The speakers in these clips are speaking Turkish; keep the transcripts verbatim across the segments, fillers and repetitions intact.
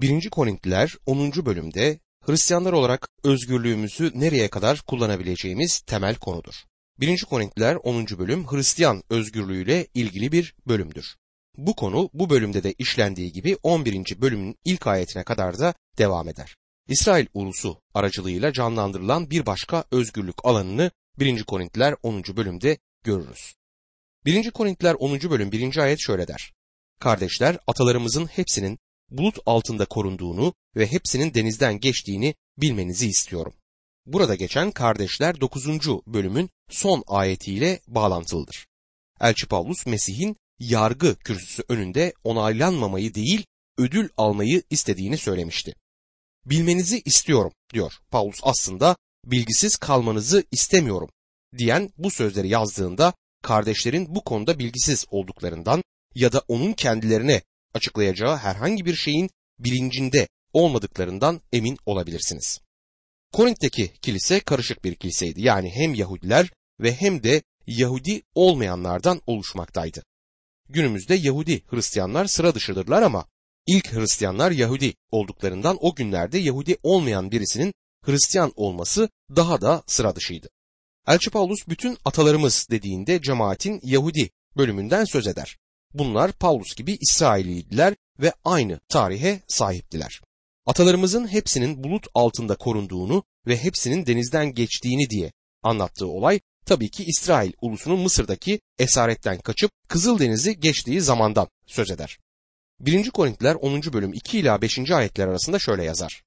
birinci Korintliler onuncu bölümde Hristiyanlar olarak özgürlüğümüzü nereye kadar kullanabileceğimiz temel konudur. birinci Korintliler onuncu bölüm Hristiyan özgürlüğüyle ilgili bir bölümdür. Bu konu bu bölümde de işlendiği gibi on birinci bölümün ilk ayetine kadar da devam eder. İsrail ulusu aracılığıyla canlandırılan bir başka özgürlük alanını birinci Korintliler onuncu bölümde görürüz. birinci Korintliler onuncu bölüm birinci ayet şöyle der: Kardeşler, atalarımızın hepsinin bulut altında korunduğunu ve hepsinin denizden geçtiğini bilmenizi istiyorum. Burada geçen kardeşler dokuzuncu bölümün son ayetiyle bağlantılıdır. Elçi Pavlus, Mesih'in yargı kürsüsü önünde onaylanmamayı değil, ödül almayı istediğini söylemişti. Bilmenizi istiyorum diyor. Pavlus aslında bilgisiz kalmanızı istemiyorum diyen bu sözleri yazdığında kardeşlerin bu konuda bilgisiz olduklarından ya da onun kendilerine açıklayacağı herhangi bir şeyin bilincinde olmadıklarından emin olabilirsiniz. Korint'teki kilise karışık bir kiliseydi. Yani hem Yahudiler ve hem de Yahudi olmayanlardan oluşmaktaydı. Günümüzde Yahudi Hristiyanlar sıra dışıdırlar ama ilk Hristiyanlar Yahudi olduklarından o günlerde Yahudi olmayan birisinin Hristiyan olması daha da sıra dışıydı. Elçi Pavlus bütün atalarımız dediğinde cemaatin Yahudi bölümünden söz eder. Bunlar Pavlus gibi İsrailliydiler ve aynı tarihe sahiptiler. Atalarımızın hepsinin bulut altında korunduğunu ve hepsinin denizden geçtiğini diye anlattığı olay tabii ki İsrail ulusunun Mısır'daki esaretten kaçıp Kızıldeniz'i geçtiği zamandan söz eder. birinci Korintliler onuncu bölüm iki ila beşinci ayetler arasında şöyle yazar: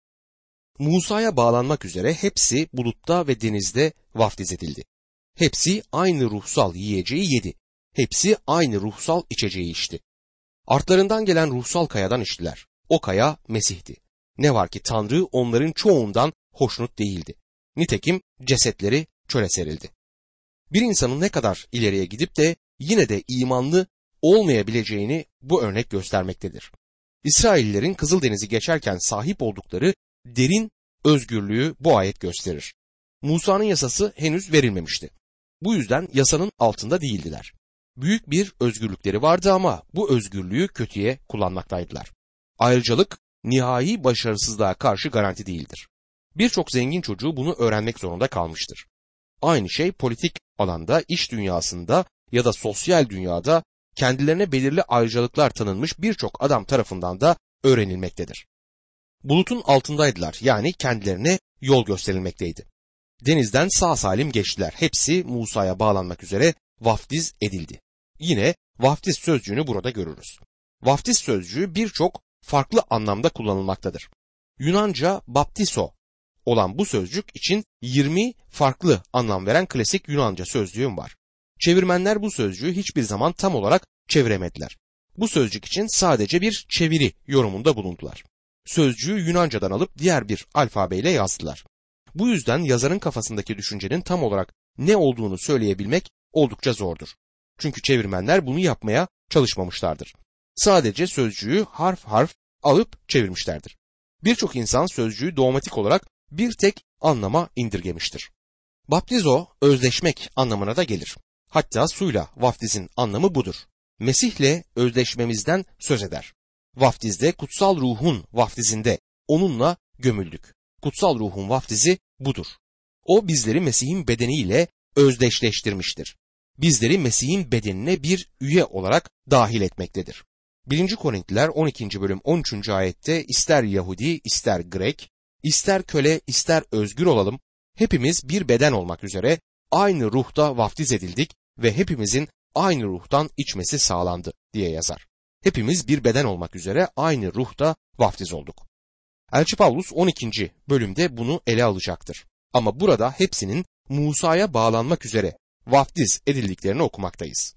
Musa'ya bağlanmak üzere hepsi bulutta ve denizde vaftiz edildi. Hepsi aynı ruhsal yiyeceği yedi. Hepsi aynı ruhsal içeceği içti. Artlarından gelen ruhsal kayadan içtiler. O kaya Mesih'ti. Ne var ki Tanrı onların çoğundan hoşnut değildi. Nitekim cesetleri çöle serildi. Bir insanın ne kadar ileriye gidip de yine de imanlı olmayabileceğini bu örnek göstermektedir. İsraillerin Kızıldeniz'i geçerken sahip oldukları derin özgürlüğü bu ayet gösterir. Musa'nın yasası henüz verilmemişti. Bu yüzden yasanın altında değildiler. Büyük bir özgürlükleri vardı ama bu özgürlüğü kötüye kullanmaktaydılar. Ayrıcalık nihai başarısızlığa karşı garanti değildir. Birçok zengin çocuğu bunu öğrenmek zorunda kalmıştır. Aynı şey politik alanda, iş dünyasında ya da sosyal dünyada kendilerine belirli ayrıcalıklar tanınmış birçok adam tarafından da öğrenilmektedir. Bulutun altındaydılar, yani kendilerine yol gösterilmekteydi. Denizden sağ salim geçtiler. Hepsi Musa'ya bağlanmak üzere vaftiz edildi. Yine vaftiz sözcüğünü burada görürüz. Vaftiz sözcüğü birçok farklı anlamda kullanılmaktadır. Yunanca baptiso olan bu sözcük için yirmi farklı anlam veren klasik Yunanca sözlüğüm var. Çevirmenler bu sözcüğü hiçbir zaman tam olarak çeviremediler. Bu sözcük için sadece bir çeviri yorumunda bulundular. Sözcüğü Yunanca'dan alıp diğer bir alfabeyle yazdılar. Bu yüzden yazarın kafasındaki düşüncenin tam olarak ne olduğunu söyleyebilmek oldukça zordur. Çünkü çevirmenler bunu yapmaya çalışmamışlardır. Sadece sözcüğü harf harf alıp çevirmişlerdir. Birçok insan sözcüğü dogmatik olarak bir tek anlama indirgemiştir. Baptizo, özleşmek anlamına da gelir. Hatta suyla vaftizin anlamı budur. Mesih'le özleşmemizden söz eder. Vaftizde kutsal ruhun vaftizinde onunla gömüldük. Kutsal ruhun vaftizi budur. O bizleri Mesih'in bedeniyle özdeşleştirmiştir. Bizleri Mesih'in bedenine bir üye olarak dahil etmektedir. birinci Korintliler on ikinci bölüm on üçüncü ayette ister Yahudi, ister Grek, ister köle, ister özgür olalım, hepimiz bir beden olmak üzere aynı ruhta vaftiz edildik ve hepimizin aynı ruhtan içmesi sağlandı diye yazar. Hepimiz bir beden olmak üzere aynı ruhta vaftiz olduk. Elçi Pavlus on ikinci bölümde bunu ele alacaktır. Ama burada hepsinin Musa'ya bağlanmak üzere vaftiz edildiklerini okumaktayız.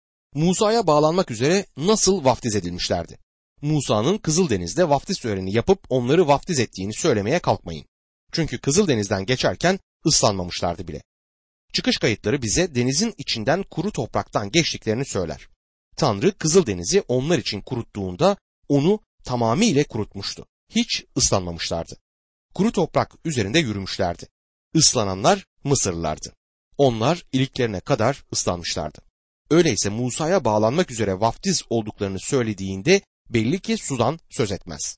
Musa'ya bağlanmak üzere nasıl vaftiz edilmişlerdi? Musa'nın Kızıldeniz'de vaftiz töreni yapıp onları vaftiz ettiğini söylemeye kalkmayın. Çünkü Kızıldeniz'den geçerken ıslanmamışlardı bile. Çıkış kayıtları bize denizin içinden kuru topraktan geçtiklerini söyler. Tanrı Kızıldeniz'i onlar için kuruttuğunda onu tamamıyla kurutmuştu. Hiç ıslanmamışlardı. Kuru toprak üzerinde yürümüşlerdi. Islananlar Mısırlılardı. Onlar iliklerine kadar ıslanmışlardı. Öyleyse Musa'ya bağlanmak üzere vaftiz olduklarını söylediğinde belli ki sudan söz etmez.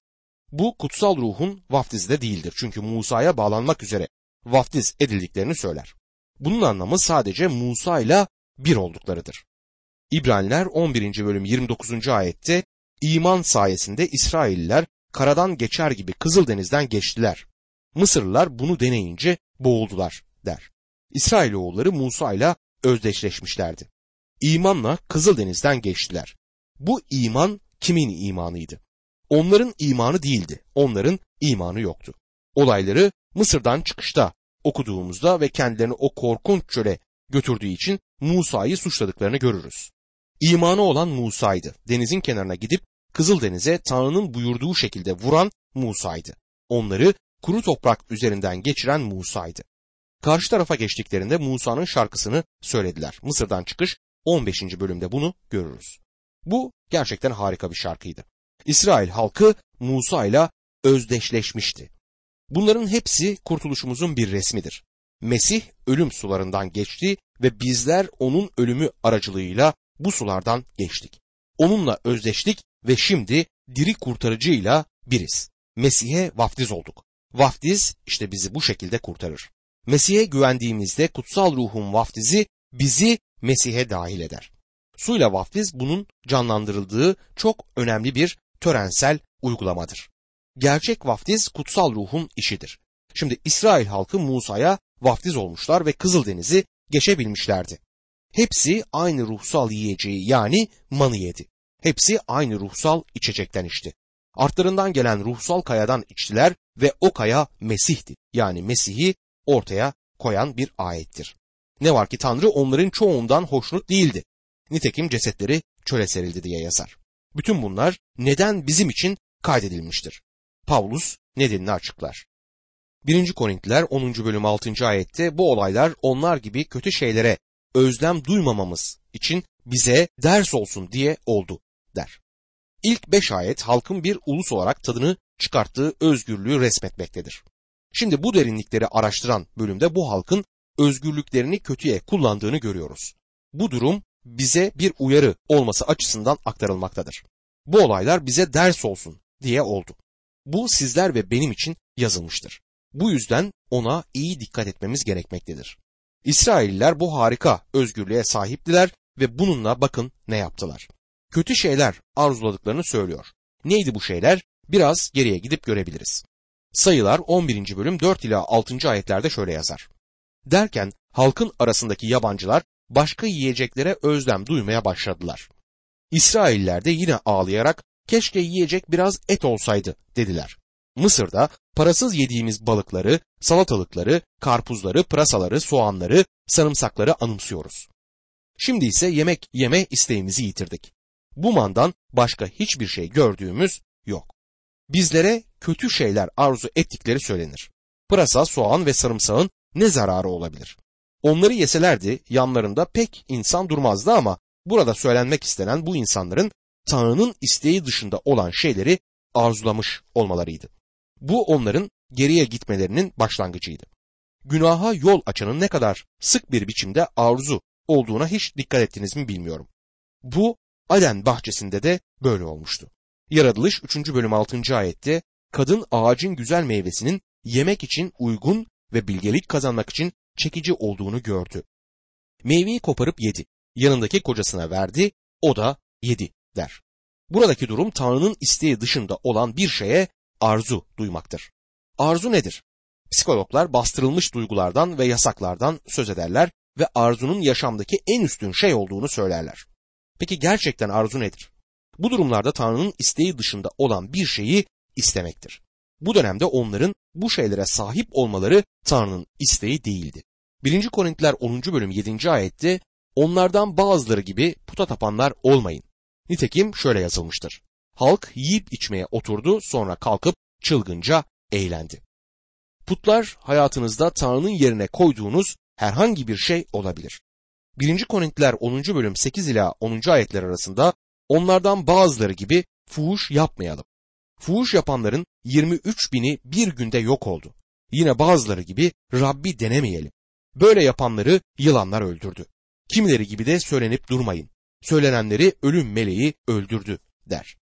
Bu kutsal ruhun vaftizi de değildir. Çünkü Musa'ya bağlanmak üzere vaftiz edildiklerini söyler. Bunun anlamı sadece Musa ile bir olduklarıdır. İbraniler on birinci bölüm yirmi dokuzuncu ayette iman sayesinde İsrailliler karadan geçer gibi Kızıldeniz'den geçtiler. Mısırlılar bunu deneyince boğuldular der. İsrailoğulları Musa ile özdeşleşmişlerdi. İmanla Kızıldeniz'den geçtiler. Bu iman kimin imanıydı? Onların imanı değildi. Onların imanı yoktu. Olayları Mısır'dan çıkışta okuduğumuzda ve kendilerini o korkunç çöle götürdüğü için Musa'yı suçladıklarını görürüz. İmanı olan Musa'ydı. Denizin kenarına gidip Kızıldeniz'e Tanrı'nın buyurduğu şekilde vuran Musa'ydı. Onları kuru toprak üzerinden geçiren Musa'ydı. Karşı tarafa geçtiklerinde Musa'nın şarkısını söylediler. Mısır'dan çıkış on beşinci bölümde bunu görürüz. Bu gerçekten harika bir şarkıydı. İsrail halkı Musa ile özdeşleşmişti. Bunların hepsi kurtuluşumuzun bir resmidir. Mesih ölüm sularından geçti ve bizler onun ölümü aracılığıyla bu sulardan geçtik. Onunla özdeştik ve şimdi diri kurtarıcıyla biriz. Mesih'e vaftiz olduk. Vaftiz işte bizi bu şekilde kurtarır. Mesih'e güvendiğimizde kutsal ruhun vaftizi bizi Mesih'e dahil eder. Suyla vaftiz bunun canlandırıldığı çok önemli bir törensel uygulamadır. Gerçek vaftiz kutsal ruhun işidir. Şimdi İsrail halkı Musa'ya vaftiz olmuşlar ve Kızıldeniz'i geçebilmişlerdi. Hepsi aynı ruhsal yiyeceği yani manı yedi. Hepsi aynı ruhsal içecekten içti. Artlarından gelen ruhsal kayadan içtiler ve o kaya Mesih'ti. Yani Mesih'i ortaya koyan bir ayettir. Ne var ki Tanrı onların çoğundan hoşnut değildi. Nitekim cesetleri çöle serildi diye yazar. Bütün bunlar neden bizim için kaydedilmiştir? Pavlus nedenini açıklar. birinci Korintiler onuncu bölüm altıncı ayette bu olaylar onlar gibi kötü şeylere özlem duymamamız için bize ders olsun diye oldu der. İlk beş ayet halkın bir ulus olarak tadını çıkarttığı özgürlüğü resmetmektedir. Şimdi bu derinlikleri araştıran bölümde bu halkın özgürlüklerini kötüye kullandığını görüyoruz. Bu durum bize bir uyarı olması açısından aktarılmaktadır. Bu olaylar bize ders olsun diye oldu. Bu sizler ve benim için yazılmıştır. Bu yüzden ona iyi dikkat etmemiz gerekmektedir. İsrailliler bu harika özgürlüğe sahiptiler ve bununla bakın ne yaptılar. Kötü şeyler arzuladıklarını söylüyor. Neydi bu şeyler? Biraz geriye gidip görebiliriz. Sayılar on birinci bölüm dört ila altıncı ayetlerde şöyle yazar. Derken halkın arasındaki yabancılar başka yiyeceklere özlem duymaya başladılar. İsrailliler de yine ağlayarak keşke yiyecek biraz et olsaydı dediler. Mısır'da parasız yediğimiz balıkları, salatalıkları, karpuzları, pırasaları, soğanları, sarımsakları anımsıyoruz. Şimdi ise yemek yeme isteğimizi yitirdik. Bu mandan başka hiçbir şey gördüğümüz yok. Bizlere kötü şeyler arzu ettikleri söylenir. Pırasa, soğan ve sarımsağın ne zararı olabilir? Onları yeselerdi yanlarında pek insan durmazdı ama burada söylenmek istenen bu insanların Tanrı'nın isteği dışında olan şeyleri arzulamış olmalarıydı. Bu onların geriye gitmelerinin başlangıcıydı. Günaha yol açanın ne kadar sık bir biçimde arzu olduğuna hiç dikkat ettiniz mi bilmiyorum. Bu Aden bahçesinde de böyle olmuştu. Yaratılış üçüncü bölüm altıncı ayette kadın ağacın güzel meyvesinin yemek için uygun ve bilgelik kazanmak için çekici olduğunu gördü. Meyveyi koparıp yedi. Yanındaki kocasına verdi, o da yedi der. Buradaki durum Tanrı'nın isteği dışında olan bir şeye arzu duymaktır. Arzu nedir? Psikologlar bastırılmış duygulardan ve yasaklardan söz ederler ve arzunun yaşamdaki en üstün şey olduğunu söylerler. Peki gerçekten arzu nedir? Bu durumlarda Tanrı'nın isteği dışında olan bir şeyi istemektir. Bu dönemde onların bu şeylere sahip olmaları Tanrı'nın isteği değildi. birinci Korintiler onuncu bölüm yedinci ayette onlardan bazıları gibi puta tapanlar olmayın. Nitekim şöyle yazılmıştır. Halk yiyip içmeye oturdu, sonra kalkıp çılgınca eğlendi. Putlar hayatınızda Tanrı'nın yerine koyduğunuz herhangi bir şey olabilir. birinci Korintiler onuncu bölüm sekiz ila onuncu ayetler arasında onlardan bazıları gibi fuhuş yapmayalım. Fuhuş yapanların yirmi üç bini bir günde yok oldu. Yine bazıları gibi Rabbi denemeyelim. Böyle yapanları yılanlar öldürdü. Kimileri gibi de söylenip durmayın. Söylenenleri ölüm meleği öldürdü der.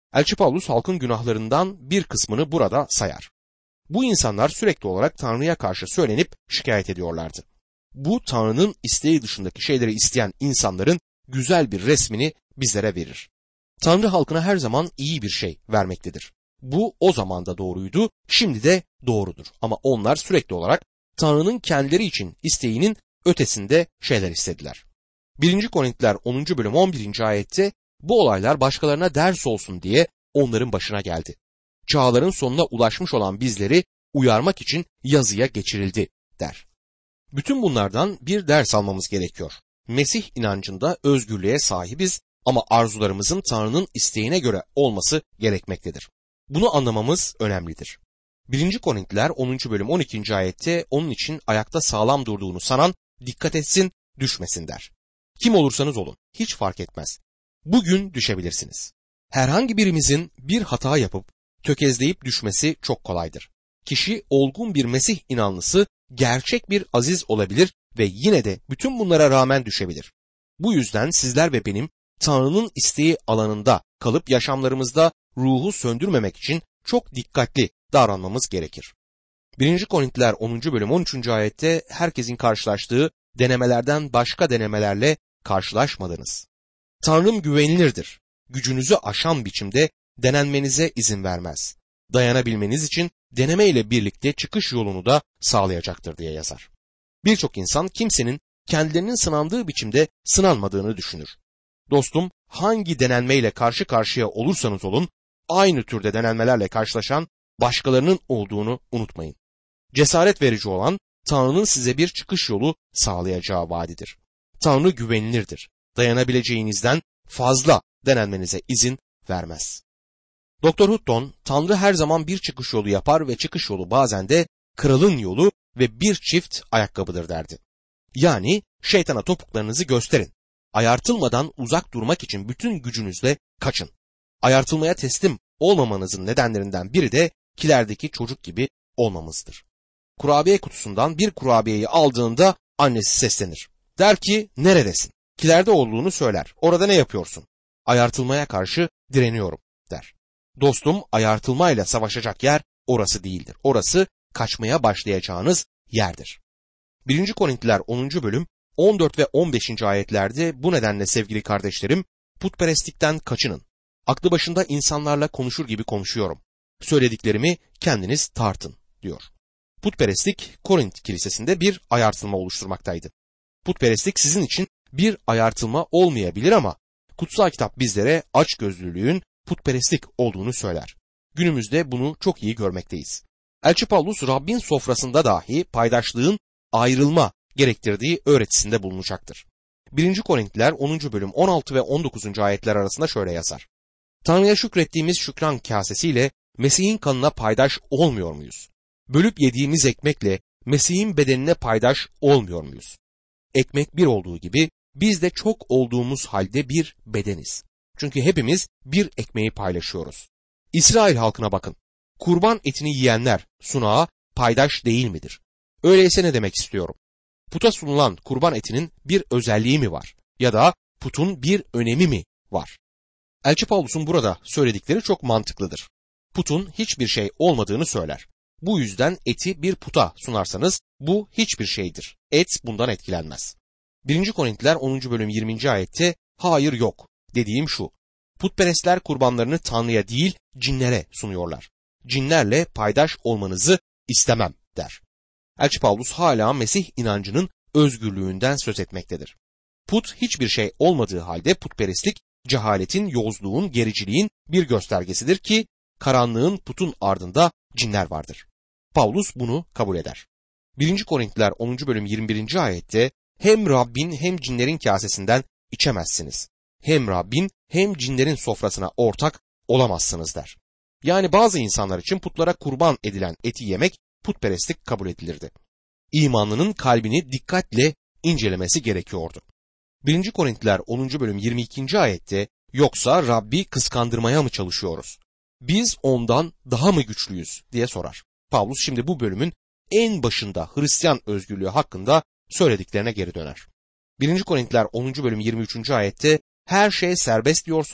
Elçi Pavlus halkın günahlarından bir kısmını burada sayar. Bu insanlar sürekli olarak Tanrı'ya karşı söylenip şikayet ediyorlardı. Bu Tanrı'nın isteği dışındaki şeyleri isteyen insanların güzel bir resmini bizlere verir. Tanrı halkına her zaman iyi bir şey vermektedir. Bu o zaman da doğruydu, şimdi de doğrudur. Ama onlar sürekli olarak Tanrı'nın kendileri için isteğinin ötesinde şeyler istediler. birinci Korintiler onuncu bölüm on birinci ayette bu olaylar başkalarına ders olsun diye onların başına geldi. Çağların sonuna ulaşmış olan bizleri uyarmak için yazıya geçirildi der. Bütün bunlardan bir ders almamız gerekiyor. Mesih inancında özgürlüğe sahibiz ama arzularımızın Tanrı'nın isteğine göre olması gerekmektedir. Bunu anlamamız önemlidir. birinci Korintiler onuncu bölüm on ikinci ayette onun için ayakta sağlam durduğunu sanan dikkat etsin, düşmesin der. Kim olursanız olun, hiç fark etmez. Bugün düşebilirsiniz. Herhangi birimizin bir hata yapıp tökezleyip düşmesi çok kolaydır. Kişi olgun bir Mesih inanlısı, gerçek bir aziz olabilir ve yine de bütün bunlara rağmen düşebilir. Bu yüzden sizler ve benim Tanrı'nın isteği alanında kalıp yaşamlarımızda ruhu söndürmemek için çok dikkatli davranmamız gerekir. birinci Korintiler onuncu bölüm on üçüncü ayette herkesin karşılaştığı denemelerden başka denemelerle karşılaşmadınız. Tanrım güvenilirdir. Gücünüzü aşan biçimde denenmenize izin vermez. Dayanabilmeniz için deneme ile birlikte çıkış yolunu da sağlayacaktır diye yazar. Birçok insan kimsenin kendilerinin sınandığı biçimde sınanmadığını düşünür. Dostum, hangi denenmeyle karşı karşıya olursanız olun, aynı türde denenmelerle karşılaşan başkalarının olduğunu unutmayın. Cesaret verici olan Tanrı'nın size bir çıkış yolu sağlayacağı vaadidir. Tanrı güvenilirdir. Dayanabileceğinizden fazla denenmenize izin vermez. Doktor Hutton, Tanrı her zaman bir çıkış yolu yapar ve çıkış yolu bazen de kralın yolu ve bir çift ayakkabıdır derdi. Yani şeytana topuklarınızı gösterin. Ayartılmadan uzak durmak için bütün gücünüzle kaçın. Ayartılmaya teslim olmamanızın nedenlerinden biri de kilerdeki çocuk gibi olmamızdır. Kurabiye kutusundan bir kurabiyeyi aldığında annesi seslenir. Der ki, neredesin? Kilerde olduğunu söyler. Orada ne yapıyorsun? Ayartılmaya karşı direniyorum der. Dostum, ayartılmayla savaşacak yer orası değildir. Orası kaçmaya başlayacağınız yerdir. birinci Korintiler onuncu bölüm on dört ve on beşinci ayetlerde bu nedenle sevgili kardeşlerim, putperestlikten kaçının. Aklı başında insanlarla konuşur gibi konuşuyorum. Söylediklerimi kendiniz tartın diyor. Putperestlik Korint kilisesinde bir ayartılma oluşturmaktaydı. Putperestlik sizin için bir ayartılma olmayabilir ama kutsal kitap bizlere açgözlülüğün putperestlik olduğunu söyler. Günümüzde bunu çok iyi görmekteyiz. Elçi Pavlus Rabbin sofrasında dahi paydaşlığın ayrılma gerektirdiği öğretisinde bulunacaktır. birinci Korintiler onuncu bölüm on altı ve on dokuzuncu ayetler arasında şöyle yazar. Tanrı'ya şükrettiğimiz şükran kasesiyle Mesih'in kanına paydaş olmuyor muyuz? Bölüp yediğimiz ekmekle Mesih'in bedenine paydaş olmuyor muyuz? Ekmek bir olduğu gibi biz de çok olduğumuz halde bir bedeniz. Çünkü hepimiz bir ekmeği paylaşıyoruz. İsrail halkına bakın. Kurban etini yiyenler sunağa paydaş değil midir? Öyleyse ne demek istiyorum? Puta sunulan kurban etinin bir özelliği mi var? Ya da putun bir önemi mi var? Elçi Pavlus'un burada söyledikleri çok mantıklıdır. Putun hiçbir şey olmadığını söyler. Bu yüzden eti bir puta sunarsanız bu hiçbir şeydir. Et bundan etkilenmez. birinci Korintiler onuncu bölüm yirminci ayette hayır yok dediğim şu. Putperestler kurbanlarını Tanrı'ya değil cinlere sunuyorlar. Cinlerle paydaş olmanızı istemem der. Elçi Pavlus hala Mesih inancının özgürlüğünden söz etmektedir. Put hiçbir şey olmadığı halde putperestlik cehaletin, yozluğun, gericiliğin bir göstergesidir ki karanlığın putun ardında cinler vardır. Pavlus bunu kabul eder. birinci Korintiler onuncu bölüm yirmi birinci ayette hem Rabbin hem cinlerin kasesinden içemezsiniz. Hem Rabbin hem cinlerin sofrasına ortak olamazsınız der. Yani bazı insanlar için putlara kurban edilen eti yemek putperestlik kabul edilirdi. İmanlının kalbini dikkatle incelemesi gerekiyordu. birinci Korintiler onuncu bölüm yirmi ikinci ayette yoksa Rabbi kıskandırmaya mı çalışıyoruz? Biz ondan daha mı güçlüyüz diye sorar. Pavlus şimdi bu bölümün en başında Hristiyan özgürlüğü hakkında söylediklerine geri döner. birinci Korintiler onuncu bölüm yirmi üçüncü ayette her şey serbest diyorsunuz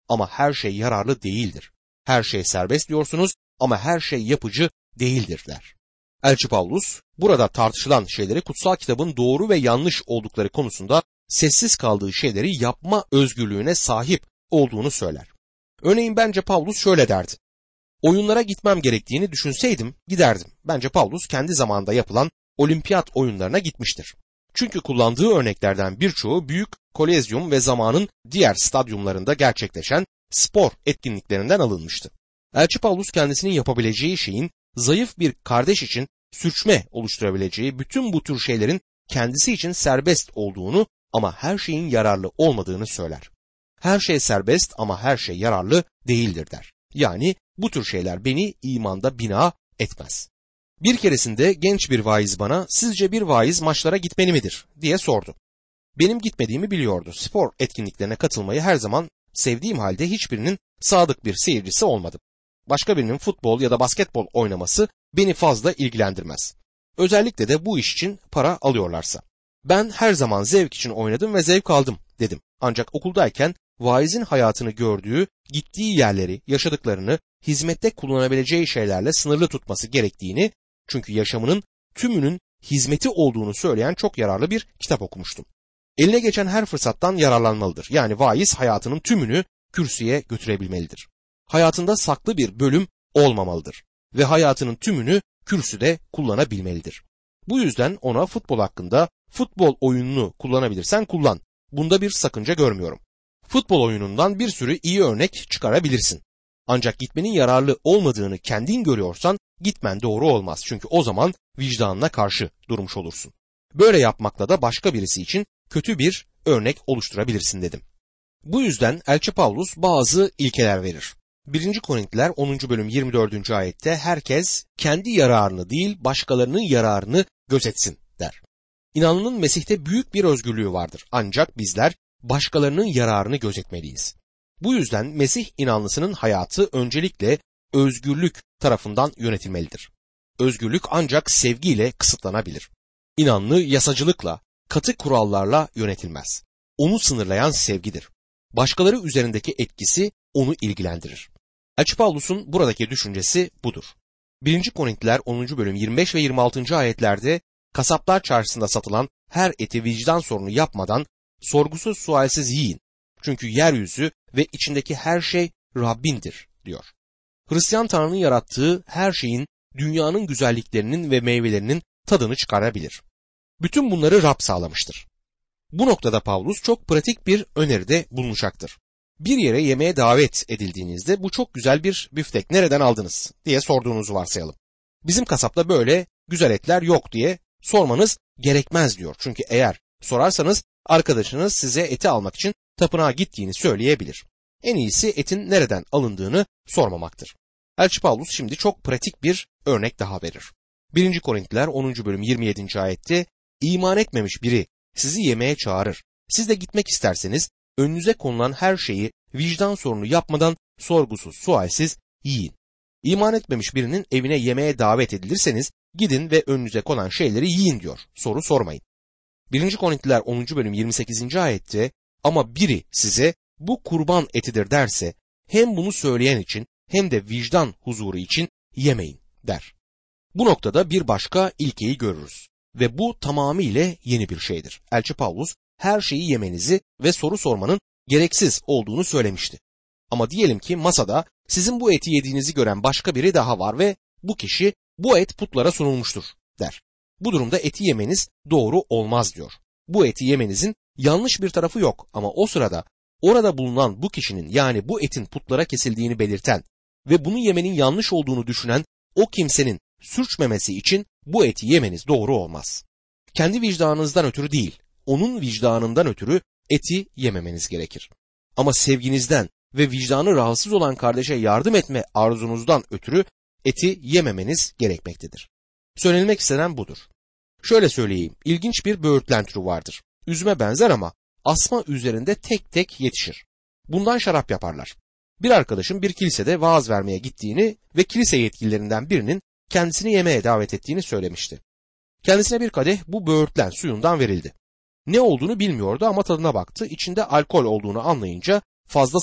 ama her şey yararlı değildir. Her şey serbest diyorsunuz ama her şey yapıcı değildir der. Elçi Pavlus burada tartışılan şeyleri kutsal kitabın doğru ve yanlış oldukları konusunda sessiz kaldığı şeyleri yapma özgürlüğüne sahip olduğunu söyler. Örneğin bence Pavlus şöyle derdi. Oyunlara gitmem gerektiğini düşünseydim giderdim. Bence Pavlus kendi zamanında yapılan olimpiyat oyunlarına gitmiştir. Çünkü kullandığı örneklerden birçoğu büyük kolezyum ve zamanın diğer stadyumlarında gerçekleşen spor etkinliklerinden alınmıştı. Elçi Pavlus kendisinin yapabileceği şeyin zayıf bir kardeş için sürçme oluşturabileceği bütün bu tür şeylerin kendisi için serbest olduğunu ama her şeyin yararlı olmadığını söyler. Her şey serbest ama her şey yararlı değildir der. Yani bu tür şeyler beni imanda bina etmez. Bir keresinde genç bir vaiz bana sizce bir vaiz maçlara gitmeli midir diye sordu. Benim gitmediğimi biliyordu. Spor etkinliklerine katılmayı her zaman sevdiğim halde hiçbirinin sadık bir seyircisi olmadım. Başka birinin futbol ya da basketbol oynaması beni fazla ilgilendirmez. Özellikle de bu iş için para alıyorlarsa. Ben her zaman zevk için oynadım ve zevk aldım dedim. Ancak okuldayken vaizin hayatını gördüğü, gittiği yerleri, yaşadıklarını hizmette kullanabileceği şeylerle sınırlı tutması gerektiğini, çünkü yaşamının tümünün hizmeti olduğunu söyleyen çok yararlı bir kitap okumuştum. Eline geçen her fırsattan yararlanmalıdır. Yani vaiz hayatının tümünü kürsüye götürebilmelidir. Hayatında saklı bir bölüm olmamalıdır ve hayatının tümünü kürsüde kullanabilmelidir. Bu yüzden ona futbol hakkında futbol oyununu kullanabilirsen kullan. Bunda bir sakınca görmüyorum. Futbol oyunundan bir sürü iyi örnek çıkarabilirsin. Ancak gitmenin yararlı olmadığını kendin görüyorsan gitmen doğru olmaz. Çünkü o zaman vicdanına karşı durmuş olursun. Böyle yapmakla da başka birisi için kötü bir örnek oluşturabilirsin dedim. Bu yüzden Elçi Pavlus bazı ilkeler verir. birinci Korintiler onuncu bölüm yirmi dördüncü ayette herkes kendi yararını değil başkalarının yararını gözetsin der. İnanlının Mesih'te büyük bir özgürlüğü vardır. Ancak bizler başkalarının yararını gözetmeliyiz. Bu yüzden Mesih inanlısının hayatı öncelikle özgürlük tarafından yönetilmelidir. Özgürlük ancak sevgiyle kısıtlanabilir. İnanlı yasacılıkla, katı kurallarla yönetilmez. Onu sınırlayan sevgidir. Başkaları üzerindeki etkisi onu ilgilendirir. Elçi Pavlus'un buradaki düşüncesi budur. birinci Korintiler onuncu bölüm yirmi beş ve yirmi altıncı ayetlerde kasaplar çarşısında satılan her eti vicdan sorunu yapmadan sorgusuz sualsiz yiyin. Çünkü yeryüzü ve içindeki her şey Rabbindir diyor. Hristiyan Tanrı'nın yarattığı her şeyin dünyanın güzelliklerinin ve meyvelerinin tadını çıkarabilir. Bütün bunları Rab sağlamıştır. Bu noktada Pavlus çok pratik bir öneride bulunacaktır. Bir yere yemeğe davet edildiğinizde bu çok güzel bir büftek nereden aldınız diye sorduğunuzu varsayalım. Bizim kasapta böyle güzel etler yok diye sormanız gerekmez diyor. Çünkü eğer sorarsanız arkadaşınız size eti almak için tapınağa gittiğini söyleyebilir. En iyisi etin nereden alındığını sormamaktır. Elçi Pavlus şimdi çok pratik bir örnek daha verir. birinci Korintiler onuncu bölüm yirmi yedinci ayette iman etmemiş biri sizi yemeğe çağırır. Siz de gitmek isterseniz önünüze konulan her şeyi vicdan sorunu yapmadan sorgusuz sualsiz yiyin. İman etmemiş birinin evine yemeğe davet edilirseniz gidin ve önünüze konan şeyleri yiyin diyor. Soru sormayın. birinci Korintiler onuncu bölüm yirmi sekizinci ayette ama biri size bu kurban etidir derse hem bunu söyleyen için hem de vicdan huzuru için yemeyin der. Bu noktada bir başka ilkeyi görürüz ve bu tamamıyla yeni bir şeydir. Elçi Pavlus her şeyi yemenizi ve soru sormanın gereksiz olduğunu söylemişti. Ama diyelim ki masada sizin bu eti yediğinizi gören başka biri daha var ve bu kişi bu et putlara sunulmuştur der. Bu durumda eti yemeniz doğru olmaz diyor. Bu eti yemenizin yanlış bir tarafı yok ama o sırada orada bulunan bu kişinin yani bu etin putlara kesildiğini belirten ve bunu yemenin yanlış olduğunu düşünen o kimsenin sürçmemesi için bu eti yemeniz doğru olmaz. Kendi vicdanınızdan ötürü değil, onun vicdanından ötürü eti yememeniz gerekir. Ama sevginizden ve vicdanı rahatsız olan kardeşe yardım etme arzunuzdan ötürü eti yememeniz gerekmektedir. Söylenmek istenen budur. Şöyle söyleyeyim, ilginç bir böğürtlen türü vardır. Üzüme benzer ama asma üzerinde tek tek yetişir. Bundan şarap yaparlar. Bir arkadaşım bir kilisede vaaz vermeye gittiğini ve kilise yetkililerinden birinin kendisini yemeğe davet ettiğini söylemişti. Kendisine bir kadeh bu böğürtlen suyundan verildi. Ne olduğunu bilmiyordu ama tadına baktı. İçinde alkol olduğunu anlayınca fazlasıyla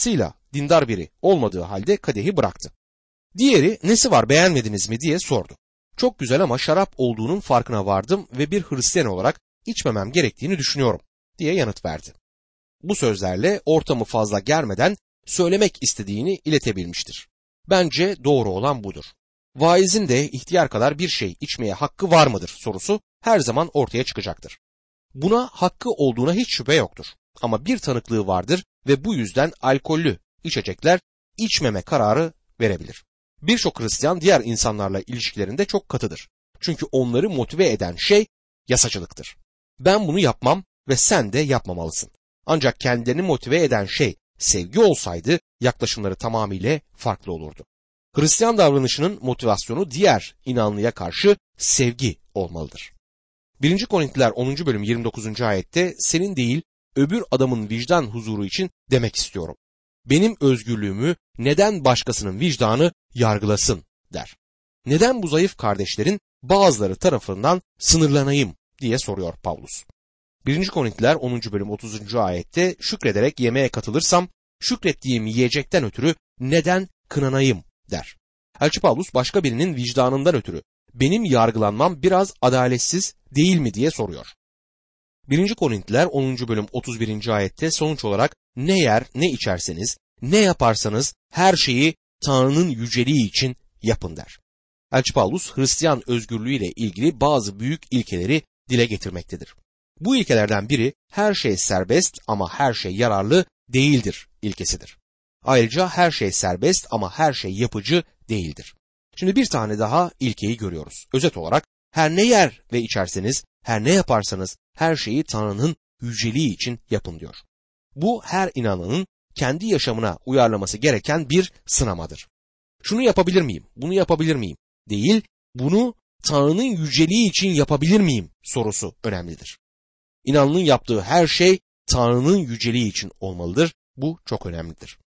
dindar biri olmadığı halde kadehi bıraktı. Diğeri nesi var beğenmediniz mi diye sordu. Çok güzel ama şarap olduğunun farkına vardım ve bir Hristiyan olarak içmemem gerektiğini düşünüyorum diye yanıt verdi. Bu sözlerle ortamı fazla germeden söylemek istediğini iletebilmiştir. Bence doğru olan budur. Vaizin de ihtiyar kadar bir şey içmeye hakkı var mıdır sorusu her zaman ortaya çıkacaktır. Buna hakkı olduğuna hiç şüphe yoktur. Ama bir tanıklığı vardır ve bu yüzden alkollü içecekler içmeme kararı verebilir. Birçok Hristiyan diğer insanlarla ilişkilerinde çok katıdır. Çünkü onları motive eden şey yasacılıktır. Ben bunu yapmam ve sen de yapmamalısın. Ancak kendilerini motive eden şey sevgi olsaydı yaklaşımları tamamıyla farklı olurdu. Hristiyan davranışının motivasyonu diğer inanlıya karşı sevgi olmalıdır. birinci Korintiler onuncu bölüm yirmi dokuzuncu ayette senin değil öbür adamın vicdan huzuru için demek istiyorum. Benim özgürlüğümü neden başkasının vicdanı yargılasın der. Neden bu zayıf kardeşlerin bazıları tarafından sınırlanayım diye soruyor Pavlus. birinci Korintiler onuncu bölüm otuzuncu ayette şükrederek yemeğe katılırsam şükrettiğim yiyecekten ötürü neden kınanayım der. Elçi Pavlus başka birinin vicdanından ötürü benim yargılanmam biraz adaletsiz değil mi diye soruyor. birinci Korintiler onuncu bölüm otuz birinci ayette sonuç olarak ne yer ne içerseniz ne yaparsanız her şeyi Tanrı'nın yüceliği için yapın der. Elçi Pavlus Hristiyan özgürlüğüyle ilgili bazı büyük ilkeleri dile getirmektedir. Bu ilkelerden biri her şey serbest ama her şey yararlı değildir ilkesidir. Ayrıca her şey serbest ama her şey yapıcı değildir. Şimdi bir tane daha ilkeyi görüyoruz. Özet olarak her ne yer ve içerseniz, her ne yaparsanız her şeyi Tanrı'nın yüceliği için yapın diyor. Bu her inananın kendi yaşamına uyarlaması gereken bir sınamadır. Şunu yapabilir miyim, bunu yapabilir miyim değil, bunu Tanrı'nın yüceliği için yapabilir miyim sorusu önemlidir. İnananın yaptığı her şey Tanrı'nın yüceliği için olmalıdır. Bu çok önemlidir.